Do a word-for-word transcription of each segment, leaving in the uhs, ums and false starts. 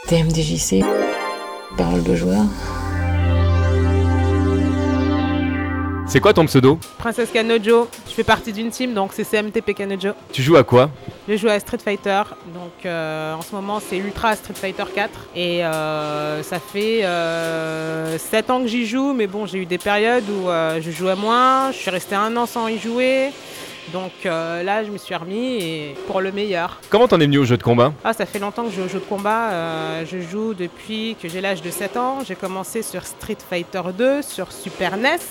T M D J C, parole de joueur. C'est quoi ton pseudo? Princesse Kanojo, je fais partie d'une team, donc c'est C M T P Kanojo. Tu joues à quoi? Je joue à Street Fighter, donc euh, en ce moment c'est Ultra Street Fighter quatre. Et euh, ça fait euh, sept ans que j'y joue, mais bon, j'ai eu des périodes où euh, je jouais moins, je suis restée un an sans y jouer. Donc euh, là, je me suis remis et pour le meilleur. Comment t'en es venu au jeu de combat? Ah, ça fait longtemps que je joue au jeu de combat. Euh, je joue depuis que j'ai l'âge de sept ans. J'ai commencé sur Street Fighter deux, sur Super N E S.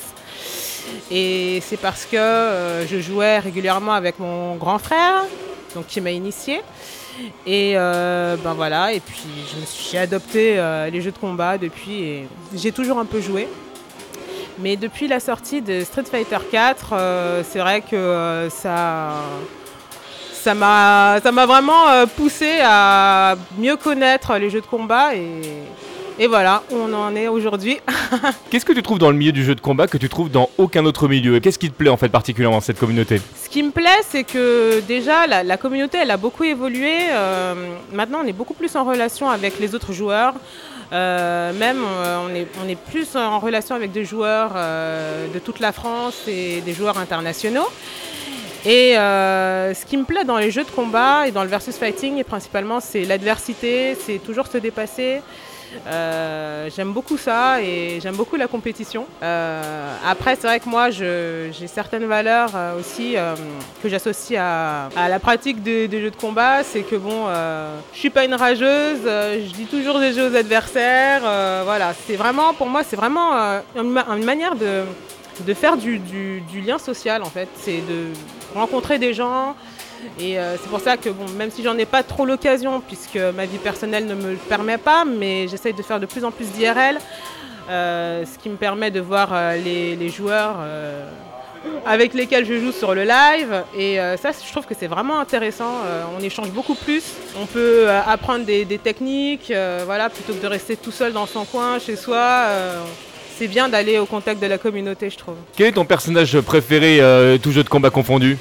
Et c'est parce que euh, je jouais régulièrement avec mon grand frère, donc qui m'a initiée. Et euh, ben voilà, et puis je me suis j'ai adopté euh, les jeux de combat depuis et j'ai toujours un peu joué. Mais depuis la sortie de Street Fighter quatre, euh, c'est vrai que euh, ça, ça m'a, ça m'a vraiment euh, poussé à mieux connaître les jeux de combat et, et voilà, où on en est aujourd'hui. Qu'est-ce que tu trouves dans le milieu du jeu de combat que tu trouves dans aucun autre milieu? Et qu'est-ce qui te plaît en fait particulièrement dans cette communauté? Ce qui me plaît, c'est que déjà la, la communauté elle a beaucoup évolué. Euh, maintenant, on est beaucoup plus en relation avec les autres joueurs. Euh, même euh, on, est, on est plus en relation avec des joueurs euh, de toute la France et des joueurs internationaux. Et euh, ce qui me plaît dans les jeux de combat et dans le versus fighting, et principalement, c'est l'adversité, c'est toujours se dépasser. Euh, j'aime beaucoup ça et j'aime beaucoup la compétition. Euh, après, c'est vrai que moi, je, j'ai certaines valeurs euh, aussi euh, que j'associe à, à la pratique des, des jeux de combat. C'est que bon, euh, je suis pas une rageuse, euh, je dis toujours des jeux aux adversaires. Euh, voilà, c'est vraiment, pour moi, c'est vraiment euh, une, une manière de, de faire du, du, du lien social en fait. C'est de rencontrer des gens. Et euh, c'est pour ça que bon, même si j'en ai pas trop l'occasion, puisque ma vie personnelle ne me le permet pas, mais j'essaye de faire de plus en plus d'I R L, euh, ce qui me permet de voir euh, les, les joueurs euh, avec lesquels je joue sur le live. Et euh, ça, je trouve que c'est vraiment intéressant. Euh, on échange beaucoup plus. On peut euh, apprendre des, des techniques, euh, voilà, plutôt que de rester tout seul dans son coin, chez soi. Euh, c'est bien d'aller au contact de la communauté, je trouve. Quel est ton personnage préféré, euh, tout jeu de combat confondu?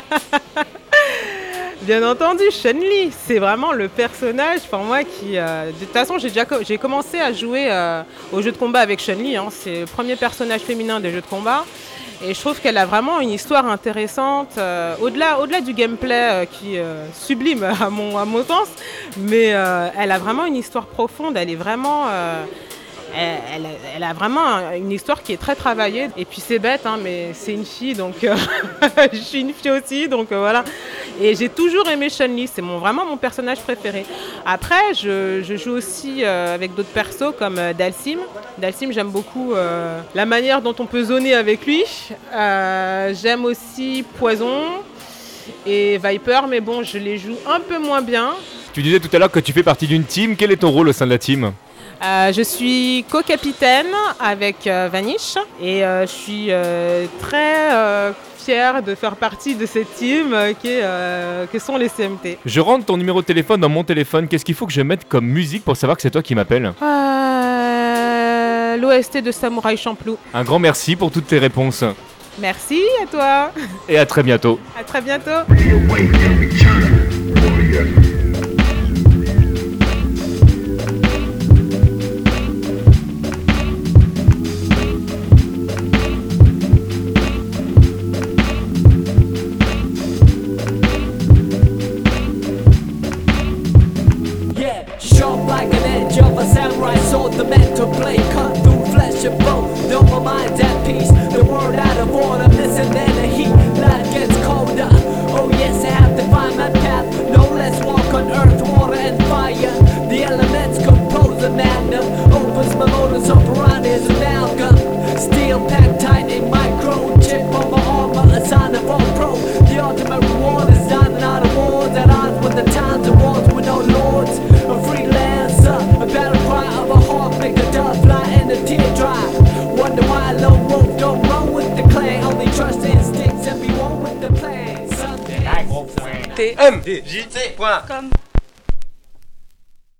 Bien entendu, Chun-Li, c'est vraiment le personnage pour moi qui... Euh, de toute façon, j'ai déjà co- j'ai commencé à jouer euh, aux jeux de combat avec Chun-Li. Hein, c'est le premier personnage féminin des jeux de combat. Et je trouve qu'elle a vraiment une histoire intéressante, euh, au-delà, au-delà du gameplay euh, qui est euh, sublime à mon, à mon sens. Mais euh, elle a vraiment une histoire profonde, elle est vraiment... Euh, Elle, elle, elle a vraiment une histoire qui est très travaillée. Et puis c'est bête, hein, mais c'est une fille, donc euh, je suis une fille aussi, donc euh, voilà. Et j'ai toujours aimé Chun-Li, c'est mon, vraiment mon personnage préféré. Après, je, je joue aussi euh, avec d'autres persos comme euh, Dhalsim. Dhalsim, j'aime beaucoup euh, la manière dont on peut zoner avec lui. Euh, j'aime aussi Poison et Viper, mais bon, je les joue un peu moins bien. Tu disais tout à l'heure que tu fais partie d'une team. Quel est ton rôle au sein de la team? Euh, je suis co-capitaine avec euh, Vanish et euh, je suis euh, très euh, fière de faire partie de cette team euh, qui est, euh, que sont les C M T. Je rentre ton numéro de téléphone dans mon téléphone. Qu'est-ce qu'il faut que je mette comme musique pour savoir que c'est toi qui m'appelles? euh, L'O S T de Samouraï Champloo. Un grand merci pour toutes tes réponses. Merci à toi. Et à très bientôt. À très bientôt. Sharp like an edge of a samurai sword, the mental blade cut through flesh and bone. Though my mind's at peace, the world out of order. Listen, then the heat, life gets colder. Oh yes, I have to find my path. No less walk on earth, water and fire. The elements compose a magnum. Opens my modus operandi is an amalgam. Steel packed tight in micro. Chip on my armor, a sign of all pro. The ultimate reward is diamond out of wars. At odds with the times of wars with no lords. A freelancer, a battle cry of a hawk, make a dove fly and a tear dry. Wonder why lone wolf don't run with the clan, only trust the instincts and be one with the plan. T M D J C point com